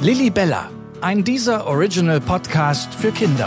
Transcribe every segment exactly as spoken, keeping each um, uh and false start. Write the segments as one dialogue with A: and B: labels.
A: Lili Bella, ein Deezer Original Podcast für Kinder.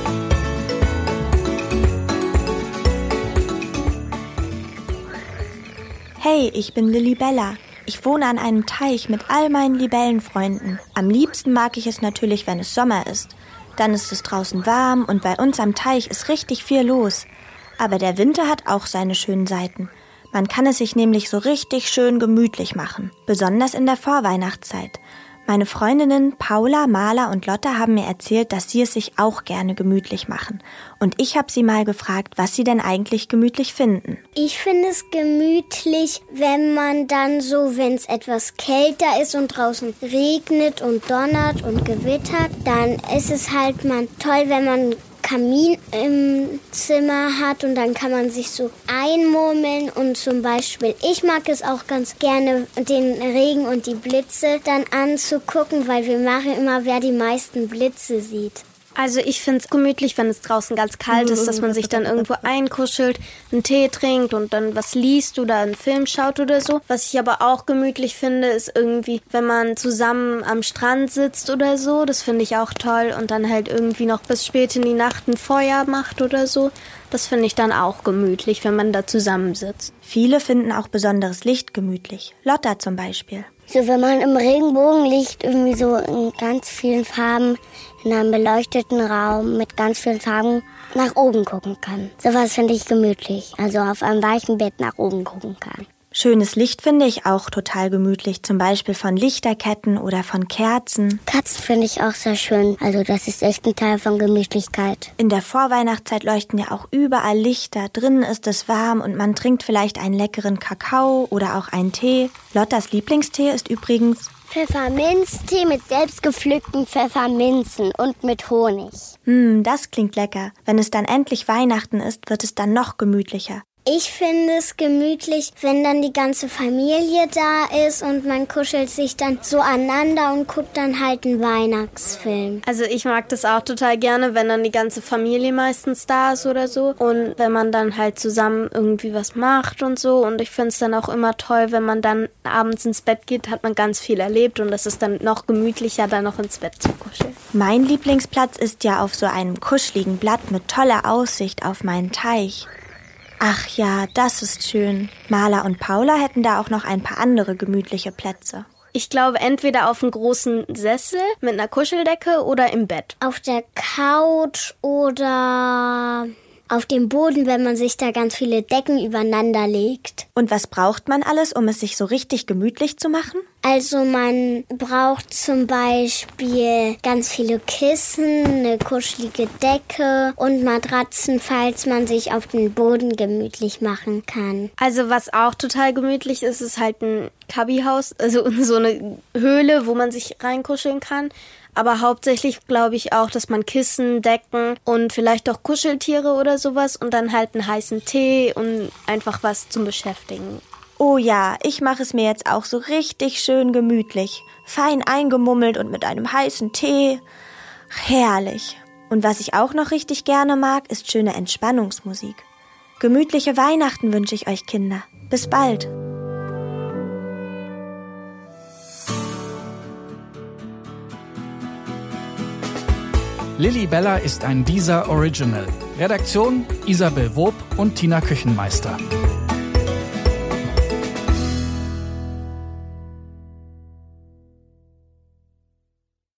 B: Hey, ich bin Lili Bella. Ich wohne an einem Teich mit all meinen Libellenfreunden. Am liebsten mag ich es natürlich, wenn es Sommer ist. Dann ist es draußen warm und bei uns am Teich ist richtig viel los. Aber der Winter hat auch seine schönen Seiten. Man kann es sich nämlich so richtig schön gemütlich machen. Besonders in der Vorweihnachtszeit. Meine Freundinnen Paula, Marla und Lotta haben mir erzählt, dass sie es sich auch gerne gemütlich machen. Und ich habe sie mal gefragt, was sie denn eigentlich gemütlich finden.
C: Ich finde es gemütlich, wenn man dann so, wenn es etwas kälter ist und draußen regnet und donnert und gewittert, dann ist es halt mal toll, wenn man Kamin im Zimmer hat und dann kann man sich so einmurmeln und zum Beispiel, ich mag es auch ganz gerne, den Regen und die Blitze dann anzugucken, weil wir machen immer, wer die meisten Blitze sieht.
D: Also ich finde es gemütlich, wenn es draußen ganz kalt ist, dass man sich dann irgendwo einkuschelt, einen Tee trinkt und dann was liest oder einen Film schaut oder so. Was ich aber auch gemütlich finde, ist irgendwie, wenn man zusammen am Strand sitzt oder so. Das finde ich auch toll und dann halt irgendwie noch bis spät in die Nacht ein Feuer macht oder so. Das finde ich dann auch gemütlich, wenn man da zusammensitzt.
B: Viele finden auch besonderes Licht gemütlich. Lotta zum Beispiel.
C: So, wenn man im Regenbogenlicht irgendwie so in ganz vielen Farben in einem beleuchteten Raum mit ganz vielen Farben nach oben gucken kann. Sowas finde ich gemütlich. Also auf einem weichen Bett nach oben gucken kann.
B: Schönes Licht finde ich auch total gemütlich, zum Beispiel von Lichterketten oder von Kerzen.
C: Kerzen finde ich auch sehr schön, also das ist echt ein Teil von Gemütlichkeit.
B: In der Vorweihnachtszeit leuchten ja auch überall Lichter, drinnen ist es warm und man trinkt vielleicht einen leckeren Kakao oder auch einen Tee. Lottas Lieblingstee ist übrigens
C: Pfefferminztee mit selbstgepflückten Pfefferminzen und mit Honig.
B: Hm, das klingt lecker. Wenn es dann endlich Weihnachten ist, wird es dann noch gemütlicher.
C: Ich finde es gemütlich, wenn dann die ganze Familie da ist und man kuschelt sich dann so aneinander und guckt dann halt einen Weihnachtsfilm.
D: Also ich mag das auch total gerne, wenn dann die ganze Familie meistens da ist oder so und wenn man dann halt zusammen irgendwie was macht und so und ich finde es dann auch immer toll, wenn man dann abends ins Bett geht, hat man ganz viel erlebt und es ist dann noch gemütlicher, dann noch ins Bett zu kuscheln.
B: Mein Lieblingsplatz ist ja auf so einem kuscheligen Blatt mit toller Aussicht auf meinen Teich. Ach ja, das ist schön. Marla und Paula hätten da auch noch ein paar andere gemütliche Plätze.
D: Ich glaube, entweder auf einem großen Sessel mit einer Kuscheldecke oder im Bett.
C: Auf der Couch oder auf dem Boden, wenn man sich da ganz viele Decken übereinander legt.
B: Und was braucht man alles, um es sich so richtig gemütlich zu machen?
C: Also man braucht zum Beispiel ganz viele Kissen, eine kuschelige Decke und Matratzen, falls man sich auf den Boden gemütlich machen kann.
D: Also was auch total gemütlich ist, ist halt ein Cubbyhaus, also so eine Höhle, wo man sich reinkuscheln kann. Aber hauptsächlich glaube ich auch, dass man Kissen, Decken und vielleicht auch Kuscheltiere oder sowas und dann halt einen heißen Tee und einfach was zum Beschäftigen.
B: Oh ja, ich mache es mir jetzt auch so richtig schön gemütlich. Fein eingemummelt und mit einem heißen Tee. Herrlich. Und was ich auch noch richtig gerne mag, ist schöne Entspannungsmusik. Gemütliche Weihnachten wünsche ich euch, Kinder. Bis bald.
A: Lili Bella ist ein Deezer Original. Redaktion Isabel Wob und Tina Küchenmeister.